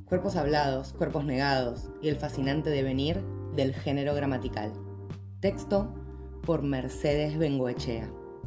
Cuerpos hablados, cuerpos negados y el fascinante devenir del género gramatical. Texto por Mercedes Bengoechea.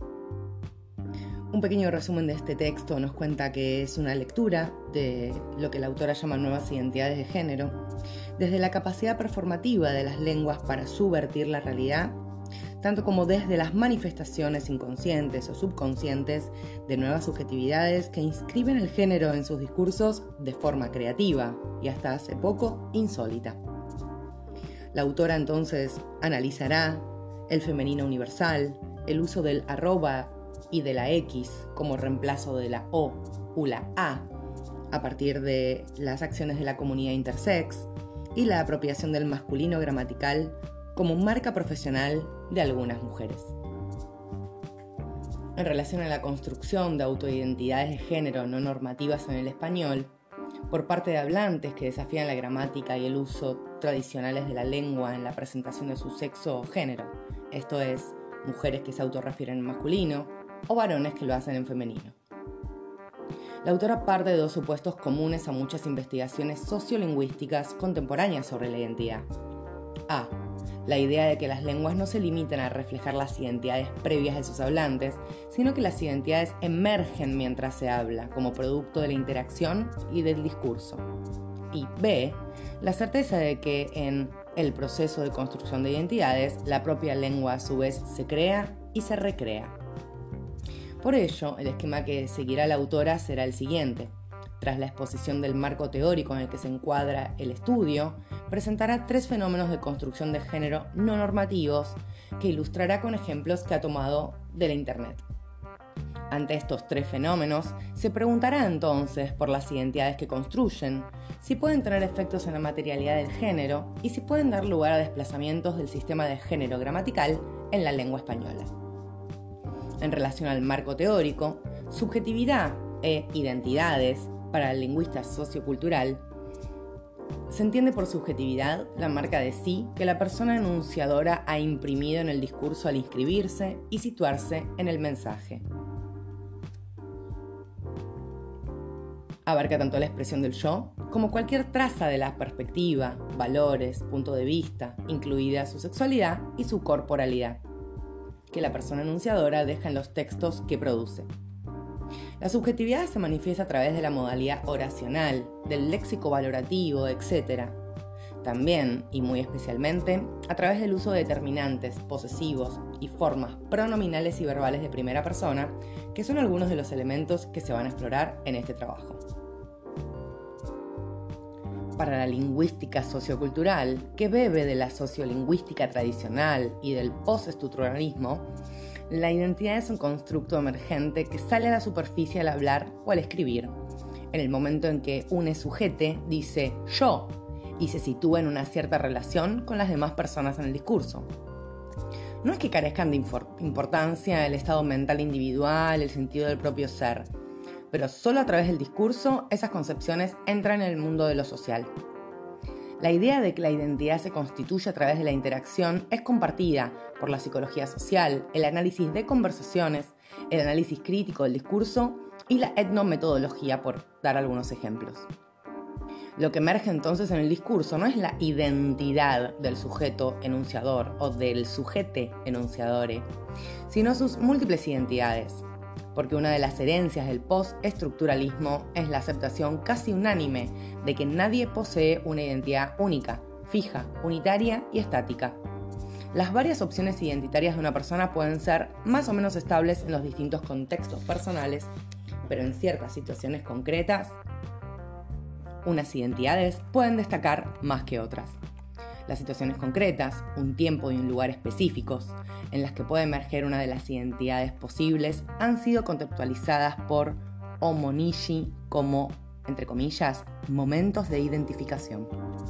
Un pequeño resumen de este texto nos cuenta que es una lectura de lo que la autora llama nuevas identidades de género, desde la capacidad performativa de las lenguas para subvertir la realidad, tanto como desde las manifestaciones inconscientes o subconscientes de nuevas subjetividades que inscriben el género en sus discursos de forma creativa y hasta hace poco insólita. La autora entonces analizará el femenino universal, el uso del arroba y de la X como reemplazo de la O u la a partir de las acciones de la comunidad intersex y la apropiación del masculino gramatical como marca profesional de algunas mujeres. En relación a la construcción de autoidentidades de género no normativas en el español, por parte de hablantes que desafían la gramática y el uso tradicionales de la lengua en la presentación de su sexo o género, esto es, mujeres que se autorrefieren en masculino o varones que lo hacen en femenino. La autora parte de dos supuestos comunes a muchas investigaciones sociolingüísticas contemporáneas sobre la identidad. A. La idea de que las lenguas no se limitan a reflejar las identidades previas de sus hablantes, sino que las identidades emergen mientras se habla, como producto de la interacción y del discurso. Y B. La certeza de que en el proceso de construcción de identidades, la propia lengua a su vez se crea y se recrea. Por ello, el esquema que seguirá la autora será el siguiente. Tras la exposición del marco teórico en el que se encuadra el estudio, presentará 3 fenómenos de construcción de género no normativos que ilustrará con ejemplos que ha tomado de la Internet. Ante estos 3 fenómenos, se preguntará entonces por las identidades que construyen, si pueden tener efectos en la materialidad del género y si pueden dar lugar a desplazamientos del sistema de género gramatical en la lengua española. En relación al marco teórico, subjetividad e identidades para el lingüista sociocultural, se entiende por subjetividad la marca de sí que la persona enunciadora ha imprimido en el discurso al inscribirse y situarse en el mensaje. Abarca tanto la expresión del yo como cualquier traza de la perspectiva, valores, punto de vista, incluida su sexualidad y su corporalidad, que la persona enunciadora deja en los textos que produce. La subjetividad se manifiesta a través de la modalidad oracional, del léxico valorativo, etc. También, y muy especialmente, a través del uso de determinantes, posesivos y formas pronominales y verbales de primera persona, que son algunos de los elementos que se van a explorar en este trabajo. Para la lingüística sociocultural, que bebe de la sociolingüística tradicional y del postestructuralismo, la identidad es un constructo emergente que sale a la superficie al hablar o al escribir, en el momento en que un sujete dice yo y se sitúa en una cierta relación con las demás personas en el discurso. No es que carezcan de importancia el estado mental individual, el sentido del propio ser, pero solo a través del discurso esas concepciones entran en el mundo de lo social. La idea de que la identidad se constituye a través de la interacción es compartida por la psicología social, el análisis de conversaciones, el análisis crítico del discurso y la etnometodología, por dar algunos ejemplos. Lo que emerge entonces en el discurso no es la identidad del sujeto enunciador o del sujete enunciadore, sino sus múltiples identidades, porque una de las herencias del postestructuralismo es la aceptación casi unánime de que nadie posee una identidad única, fija, unitaria y estática. Las varias opciones identitarias de una persona pueden ser más o menos estables en los distintos contextos personales, pero en ciertas situaciones concretas, unas identidades pueden destacar más que otras. Las situaciones concretas, un tiempo y un lugar específicos, en las que puede emerger una de las identidades posibles, han sido conceptualizadas por Homo Nishi como, entre comillas, momentos de identificación.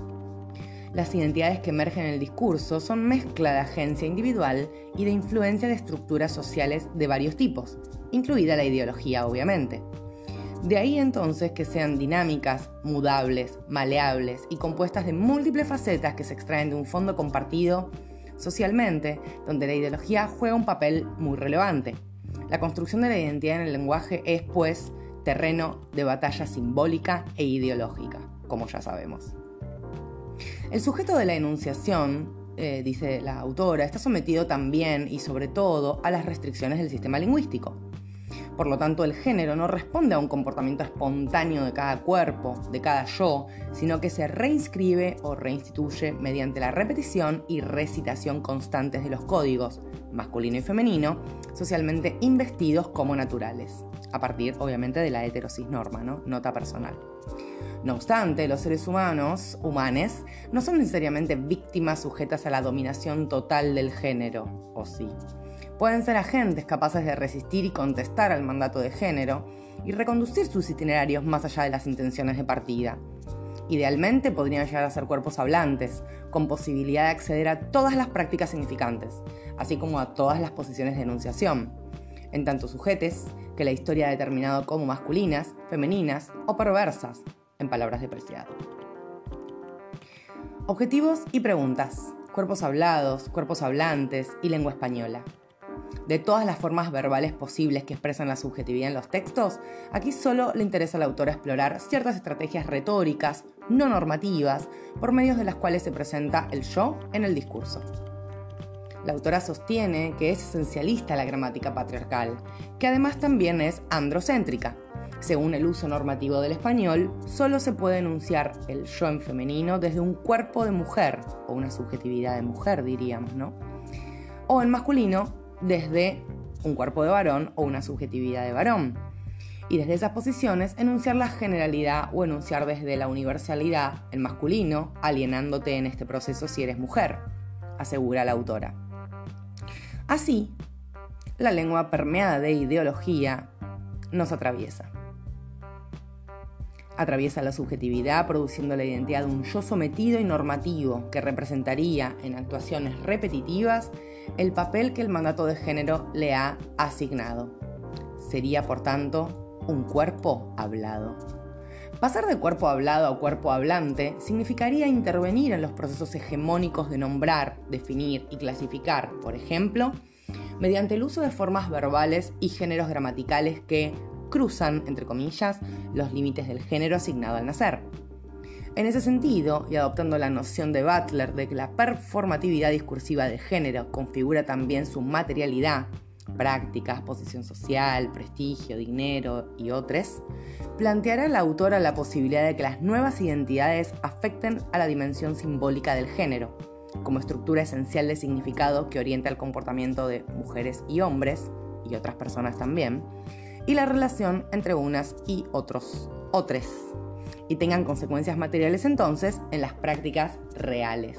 Las identidades que emergen en el discurso son mezcla de agencia individual y de influencia de estructuras sociales de varios tipos, incluida la ideología, obviamente. De ahí entonces que sean dinámicas, mudables, maleables y compuestas de múltiples facetas que se extraen de un fondo compartido socialmente, donde la ideología juega un papel muy relevante. La construcción de la identidad en el lenguaje es, pues, terreno de batalla simbólica e ideológica, como ya sabemos. El sujeto de la enunciación, dice la autora, está sometido también y sobre todo a las restricciones del sistema lingüístico. Por lo tanto, el género no responde a un comportamiento espontáneo de cada cuerpo, de cada yo, sino que se reinscribe o reinstituye mediante la repetición y recitación constantes de los códigos, masculino y femenino, socialmente investidos como naturales, a partir, obviamente, de la heterosis-norma, ¿no? Nota personal. No obstante, los seres humanos, humanes, no son necesariamente víctimas sujetas a la dominación total del género, ¿o sí? Pueden ser agentes capaces de resistir y contestar al mandato de género y reconducir sus itinerarios más allá de las intenciones de partida. Idealmente podrían llegar a ser cuerpos hablantes, con posibilidad de acceder a todas las prácticas significantes, así como a todas las posiciones de enunciación, en tanto sujetes que la historia ha determinado como masculinas, femeninas o perversas, en palabras de Preciado. Objetivos y preguntas. Cuerpos hablados, cuerpos hablantes y lengua española. De todas las formas verbales posibles que expresan la subjetividad en los textos, aquí solo le interesa a la autora explorar ciertas estrategias retóricas, no normativas, por medio de las cuales se presenta el yo en el discurso. La autora sostiene que es esencialista la gramática patriarcal, que además también es androcéntrica. Según el uso normativo del español, solo se puede enunciar el yo en femenino desde un cuerpo de mujer, o una subjetividad de mujer diríamos, ¿no? O en masculino, desde un cuerpo de varón o una subjetividad de varón. Y desde esas posiciones enunciar la generalidad o enunciar desde la universalidad el masculino, alienándote en este proceso si eres mujer, asegura la autora. Así, la lengua permeada de ideología nos atraviesa. Atraviesa la subjetividad produciendo la identidad de un yo sometido y normativo que representaría en actuaciones repetitivas el papel que el mandato de género le ha asignado. Sería, por tanto, un cuerpo hablado. Pasar de cuerpo hablado a cuerpo hablante significaría intervenir en los procesos hegemónicos de nombrar, definir y clasificar, por ejemplo, mediante el uso de formas verbales y géneros gramaticales que cruzan, entre comillas, los límites del género asignado al nacer. En ese sentido, y adoptando la noción de Butler de que la performatividad discursiva de género configura también su materialidad, prácticas, posición social, prestigio, dinero y otros, planteará la autora la posibilidad de que las nuevas identidades afecten a la dimensión simbólica del género, como estructura esencial de significado que orienta el comportamiento de mujeres y hombres, y otras personas también, y la relación entre unas y otros, y tengan consecuencias materiales entonces en las prácticas reales.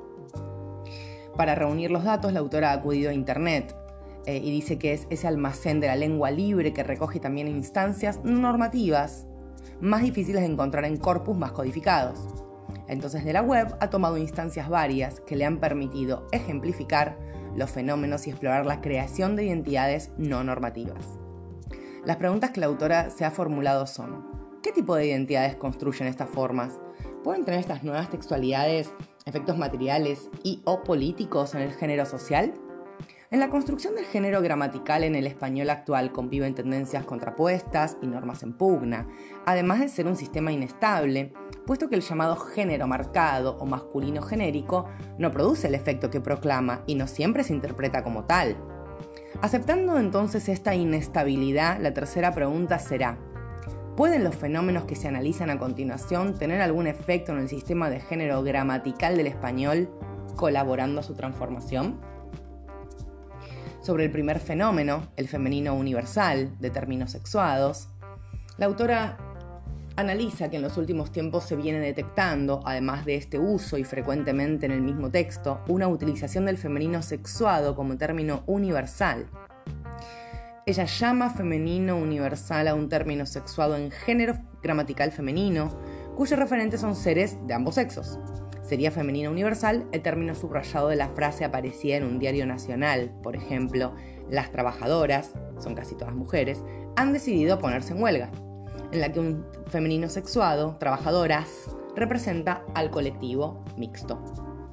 Para reunir los datos, la autora ha acudido a Internet y dice que es ese almacén de la lengua libre que recoge también instancias normativas más difíciles de encontrar en corpus más codificados. Entonces de la web ha tomado instancias varias que le han permitido ejemplificar los fenómenos y explorar la creación de identidades no normativas. Las preguntas que la autora se ha formulado son: ¿qué tipo de identidades construyen estas formas? ¿Pueden tener estas nuevas textualidades efectos materiales y o políticos en el género social? En la construcción del género gramatical en el español actual conviven tendencias contrapuestas y normas en pugna, además de ser un sistema inestable, puesto que el llamado género marcado o masculino genérico no produce el efecto que proclama y no siempre se interpreta como tal. Aceptando entonces esta inestabilidad, la tercera pregunta será: ¿pueden los fenómenos que se analizan a continuación tener algún efecto en el sistema de género gramatical del español, colaborando a su transformación? Sobre el primer fenómeno, el femenino universal, de términos sexuados, la autora analiza que en los últimos tiempos se viene detectando, además de este uso y frecuentemente en el mismo texto, una utilización del femenino sexuado como término universal. Ella llama femenino universal a un término sexuado en género gramatical femenino, cuyos referentes son seres de ambos sexos. Sería femenino universal el término subrayado de la frase aparecida en un diario nacional. Por ejemplo, las trabajadoras, son casi todas mujeres, han decidido ponerse en huelga, en la que un femenino sexuado, trabajadoras, representa al colectivo mixto.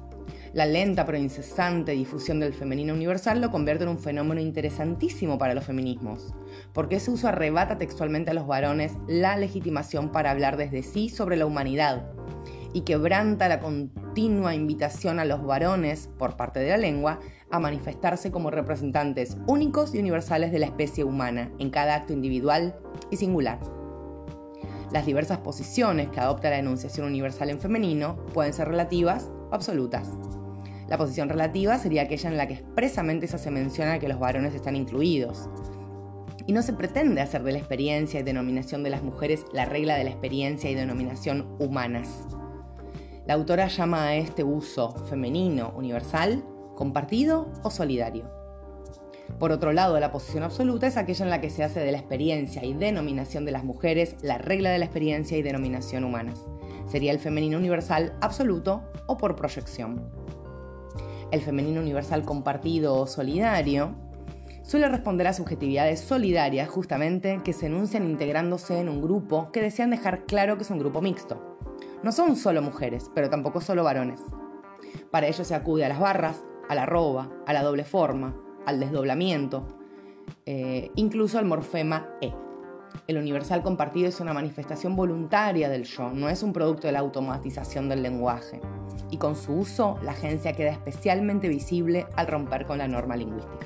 La lenta pero incesante difusión del femenino universal lo convierte en un fenómeno interesantísimo para los feminismos, porque ese uso arrebata textualmente a los varones la legitimación para hablar desde sí sobre la humanidad y quebranta la continua invitación a los varones, por parte de la lengua, a manifestarse como representantes únicos y universales de la especie humana en cada acto individual y singular. Las diversas posiciones que adopta la enunciación universal en femenino pueden ser relativas o absolutas. La posición relativa sería aquella en la que expresamente se hace mención a que los varones están incluidos. Y no se pretende hacer de la experiencia y denominación de las mujeres la regla de la experiencia y denominación humanas. La autora llama a este uso femenino universal compartido o solidario. Por otro lado, la posición absoluta es aquella en la que se hace de la experiencia y denominación de las mujeres la regla de la experiencia y denominación humanas. Sería el femenino universal absoluto o por proyección. El femenino universal compartido o solidario suele responder a subjetividades solidarias justamente que se enuncian integrándose en un grupo que desean dejar claro que es un grupo mixto. No son solo mujeres, pero tampoco solo varones. Para ello se acude a las barras, a la arroba, a la doble forma, al desdoblamiento, incluso al morfema E. El universal compartido es una manifestación voluntaria del yo, no es un producto de la automatización del lenguaje. Y con su uso, la agencia queda especialmente visible al romper con la norma lingüística.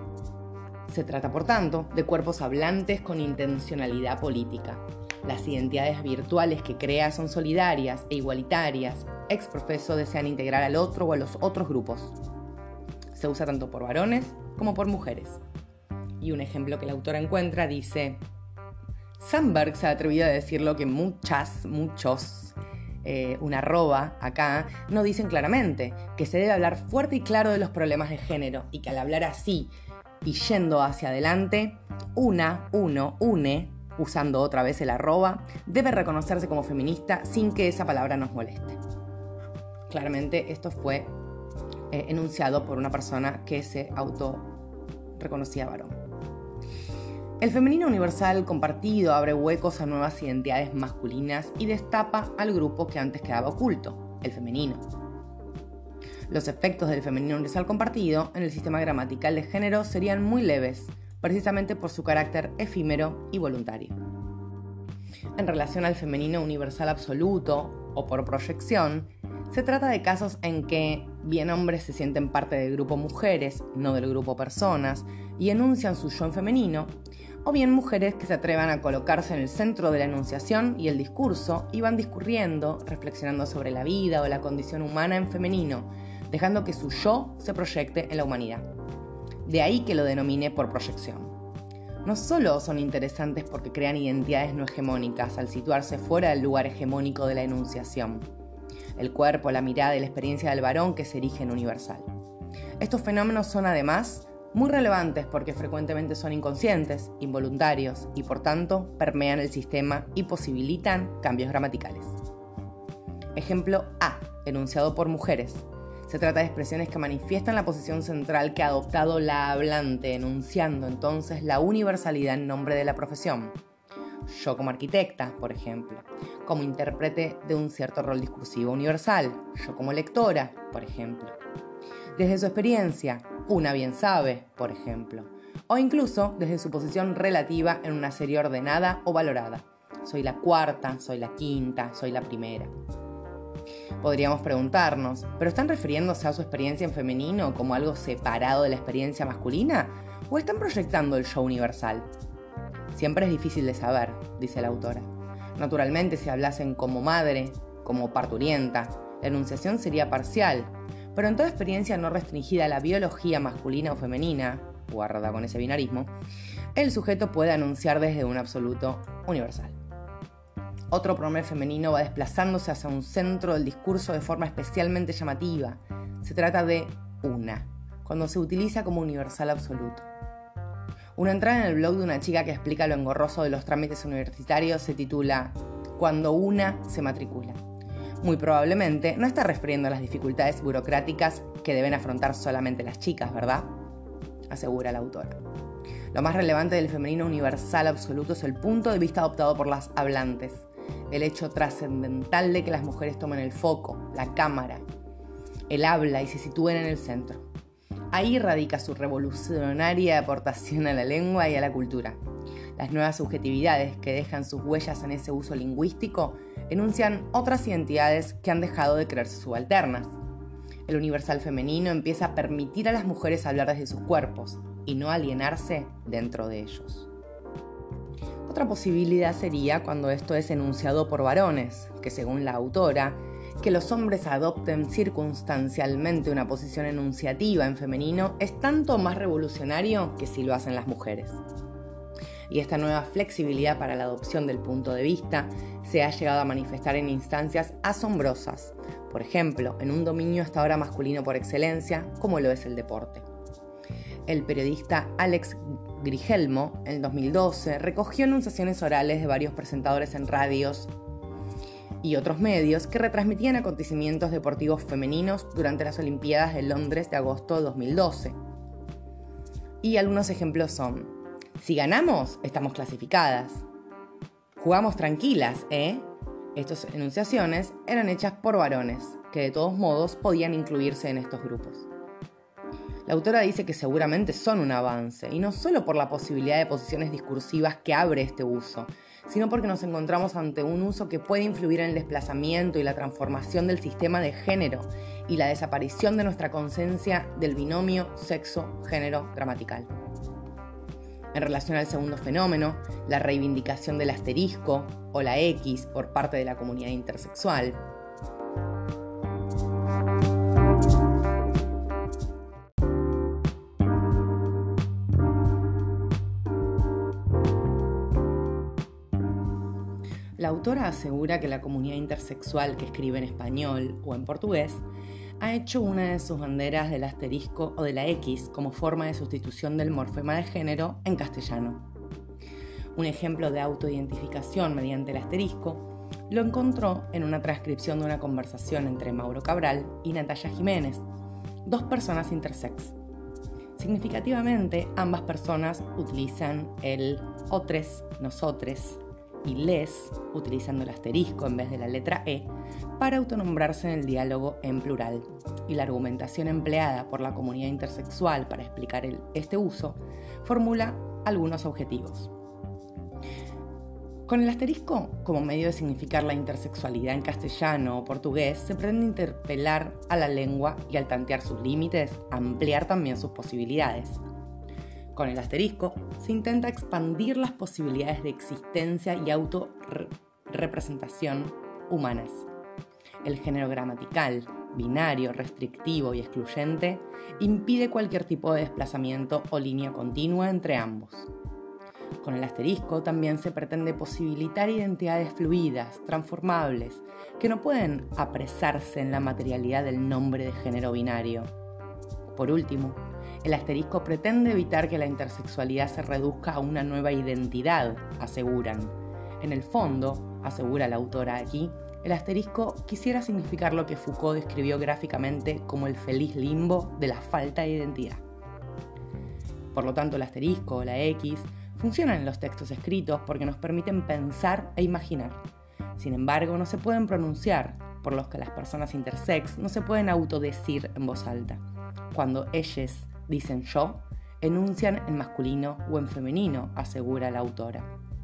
Se trata, por tanto, de cuerpos hablantes con intencionalidad política. Las identidades virtuales que crea son solidarias e igualitarias. Ex profeso desean integrar al otro o a los otros grupos. Se usa tanto por varones como por mujeres. Y un ejemplo que la autora encuentra dice: Sandberg se ha atrevido a decir lo que muchos, una arroba acá, no dicen claramente, que se debe hablar fuerte y claro de los problemas de género y que al hablar así y yendo hacia adelante, une, usando otra vez el arroba, debe reconocerse como feminista sin que esa palabra nos moleste. Claramente esto fue enunciado por una persona que se autorreconocía varón. El femenino universal compartido abre huecos a nuevas identidades masculinas y destapa al grupo que antes quedaba oculto, el femenino. Los efectos del femenino universal compartido en el sistema gramatical de género serían muy leves, precisamente por su carácter efímero y voluntario. En relación al femenino universal absoluto, o por proyección, se trata de casos en que bien hombres se sienten parte del grupo mujeres, no del grupo personas, y enuncian su yo en femenino, o bien mujeres que se atrevan a colocarse en el centro de la enunciación y el discurso y van discurriendo, reflexionando sobre la vida o la condición humana en femenino, dejando que su yo se proyecte en la humanidad. De ahí que lo denomine por proyección. No solo son interesantes porque crean identidades no hegemónicas al situarse fuera del lugar hegemónico de la enunciación, el cuerpo, la mirada y la experiencia del varón que se erige en universal. Estos fenómenos son además muy relevantes porque frecuentemente son inconscientes, involuntarios y por tanto permean el sistema y posibilitan cambios gramaticales. Ejemplo A, enunciado por mujeres. Se trata de expresiones que manifiestan la posición central que ha adoptado la hablante, enunciando entonces la universalidad en nombre de la profesión. Yo como arquitecta, por ejemplo, como intérprete de un cierto rol discursivo universal, yo como lectora, por ejemplo. Desde su experiencia, una bien sabe, por ejemplo, o incluso desde su posición relativa en una serie ordenada o valorada. Soy la cuarta, soy la quinta, soy la primera. Podríamos preguntarnos, ¿pero están refiriéndose a su experiencia en femenino como algo separado de la experiencia masculina? ¿O están proyectando el yo universal? Siempre es difícil de saber, dice la autora. Naturalmente, si hablasen como madre, como parturienta, la enunciación sería parcial, pero en toda experiencia no restringida a la biología masculina o femenina, guarda con ese binarismo, el sujeto puede anunciar desde un absoluto universal. Otro pronombre femenino va desplazándose hacia un centro del discurso de forma especialmente llamativa. Se trata de una, cuando se utiliza como universal absoluto. Una entrada en el blog de una chica que explica lo engorroso de los trámites universitarios se titula «Cuando una se matricula». Muy probablemente no está refiriendo a las dificultades burocráticas que deben afrontar solamente las chicas, ¿verdad?, asegura la autora. Lo más relevante del femenino universal absoluto es el punto de vista adoptado por las hablantes, el hecho trascendental de que las mujeres tomen el foco, la cámara. el habla y se sitúen en el centro. Ahí radica su revolucionaria aportación a la lengua y a la cultura. Las nuevas subjetividades que dejan sus huellas en ese uso lingüístico enuncian otras identidades que han dejado de creerse subalternas. El universal femenino empieza a permitir a las mujeres hablar desde sus cuerpos y no alienarse dentro de ellos. Otra posibilidad sería cuando esto es enunciado por varones, que según la autora, que los hombres adopten circunstancialmente una posición enunciativa en femenino es tanto más revolucionario que si lo hacen las mujeres. Y esta nueva flexibilidad para la adopción del punto de vista se ha llegado a manifestar en instancias asombrosas, por ejemplo, en un dominio hasta ahora masculino por excelencia, como lo es el deporte. El periodista Alex Grigelmo, en 2012, recogió enunciaciones orales de varios presentadores en radios y otros medios que retransmitían acontecimientos deportivos femeninos durante las Olimpiadas de Londres de agosto de 2012. Y algunos ejemplos son: si ganamos, estamos clasificadas. Jugamos tranquilas, ¿eh? Estas enunciaciones eran hechas por varones, que de todos modos podían incluirse en estos grupos. La autora dice que seguramente son un avance, y no solo por la posibilidad de posiciones discursivas que abre este uso, sino porque nos encontramos ante un uso que puede influir en el desplazamiento y la transformación del sistema de género y la desaparición de nuestra conciencia del binomio sexo-género gramatical. En relación al segundo fenómeno, la reivindicación del asterisco o la X por parte de la comunidad intersexual, la autora asegura que la comunidad intersexual que escribe en español o en portugués ha hecho una de sus banderas del asterisco o de la X como forma de sustitución del morfema de género en castellano. Un ejemplo de autoidentificación mediante el asterisco lo encontró en una transcripción de una conversación entre Mauro Cabral y Natalia Jiménez, dos personas intersex. Significativamente, ambas personas utilizan el otres, nosotres, y les, utilizando el asterisco en vez de la letra E, para autonombrarse en el diálogo en plural. Y la argumentación empleada por la comunidad intersexual para explicar este uso formula algunos objetivos. Con el asterisco como medio de significar la intersexualidad en castellano o portugués, se pretende interpelar a la lengua y, al tantear sus límites, ampliar también sus posibilidades. Con el asterisco se intenta expandir las posibilidades de existencia y autorrepresentación humanas. El género gramatical, binario, restrictivo y excluyente impide cualquier tipo de desplazamiento o línea continua entre ambos. Con el asterisco también se pretende posibilitar identidades fluidas, transformables, que no pueden apresarse en la materialidad del nombre de género binario. Por último, el asterisco pretende evitar que la intersexualidad se reduzca a una nueva identidad, aseguran. En el fondo, asegura la autora aquí, el asterisco quisiera significar lo que Foucault describió gráficamente como el feliz limbo de la falta de identidad. Por lo tanto, el asterisco o la X funcionan en los textos escritos porque nos permiten pensar e imaginar. Sin embargo, no se pueden pronunciar, por lo que las personas intersex no se pueden autodecir en voz alta. Cuando ellas dicen yo, enuncian en masculino o en femenino, asegura la autora.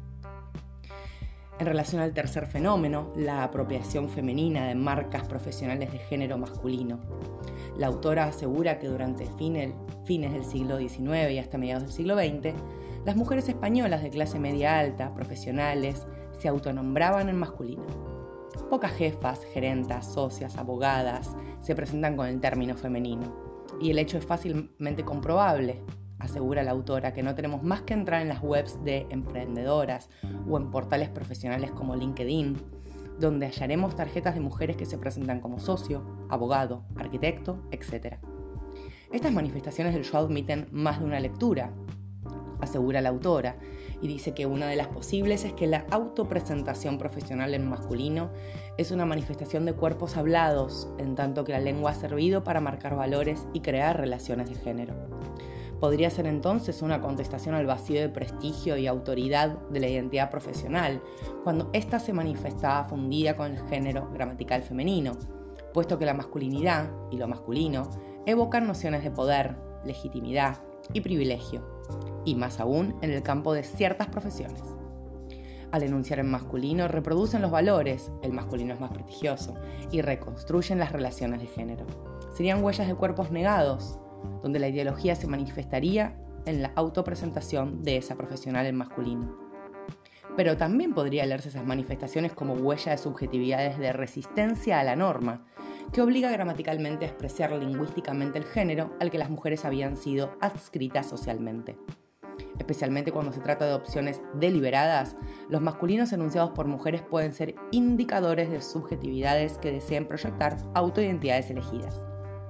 En relación al tercer fenómeno, la apropiación femenina de marcas profesionales de género masculino, la autora asegura que durante fines del siglo XIX y hasta mediados del siglo XX, las mujeres españolas de clase media alta, profesionales, se autonombraban en masculino. Pocas jefas, gerentas, socias, abogadas se presentan con el término femenino. Y el hecho es fácilmente comprobable, asegura la autora, que no tenemos más que entrar en las webs de emprendedoras o en portales profesionales como LinkedIn, donde hallaremos tarjetas de mujeres que se presentan como socio, abogado, arquitecto, etc. Estas manifestaciones del yo admiten más de una lectura, asegura la autora, y dice que una de las posibles es que la autopresentación profesional en masculino es una manifestación de cuerpos hablados, en tanto que la lengua ha servido para marcar valores y crear relaciones de género. Podría ser entonces una contestación al vacío de prestigio y autoridad de la identidad profesional, cuando ésta se manifestaba fundida con el género gramatical femenino, puesto que la masculinidad y lo masculino evocan nociones de poder, legitimidad y privilegio, y más aún en el campo de ciertas profesiones. Al enunciar en masculino, reproducen los valores, el masculino es más prestigioso, y reconstruyen las relaciones de género. Serían huellas de cuerpos negados, donde la ideología se manifestaría en la autopresentación de esa profesional en masculino. Pero también podría leerse esas manifestaciones como huella de subjetividades de resistencia a la norma, que obliga gramaticalmente a expresar lingüísticamente el género al que las mujeres habían sido adscritas socialmente. Especialmente cuando se trata de opciones deliberadas, los masculinos enunciados por mujeres pueden ser indicadores de subjetividades que deseen proyectar autoidentidades elegidas.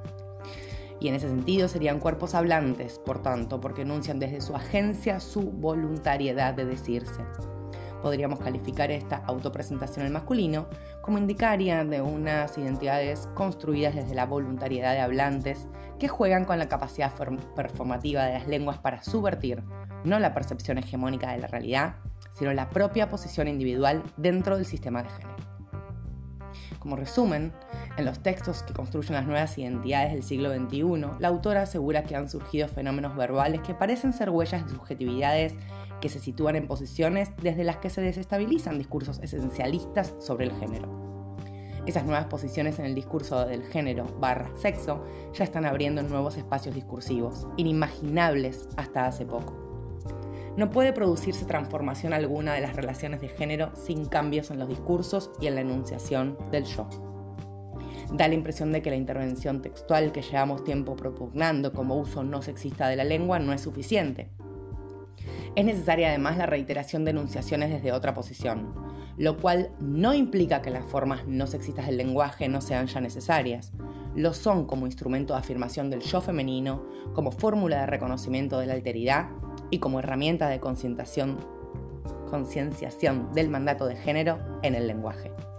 Y en ese sentido serían cuerpos hablantes, por tanto, porque enuncian desde su agencia su voluntariedad de decirse. Podríamos calificar esta autopresentación en masculino como indicaria de unas identidades construidas desde la voluntariedad de hablantes que juegan con la capacidad performativa de las lenguas para subvertir no la percepción hegemónica de la realidad, sino la propia posición individual dentro del sistema de género. Como resumen, en los textos que construyen las nuevas identidades del siglo XXI, la autora asegura que han surgido fenómenos verbales que parecen ser huellas de subjetividades que se sitúan en posiciones desde las que se desestabilizan discursos esencialistas sobre el género. Esas nuevas posiciones en el discurso del género/sexo ya están abriendo nuevos espacios discursivos, inimaginables hasta hace poco. No puede producirse transformación alguna de las relaciones de género sin cambios en los discursos y en la enunciación del yo. Da la impresión de que la intervención textual que llevamos tiempo propugnando como uso no sexista de la lengua no es suficiente. Es necesaria además la reiteración de enunciaciones desde otra posición, lo cual no implica que las formas no sexistas del lenguaje no sean ya necesarias. Lo son como instrumento de afirmación del yo femenino, como fórmula de reconocimiento de la alteridad y como herramienta de concienciación del mandato de género en el lenguaje.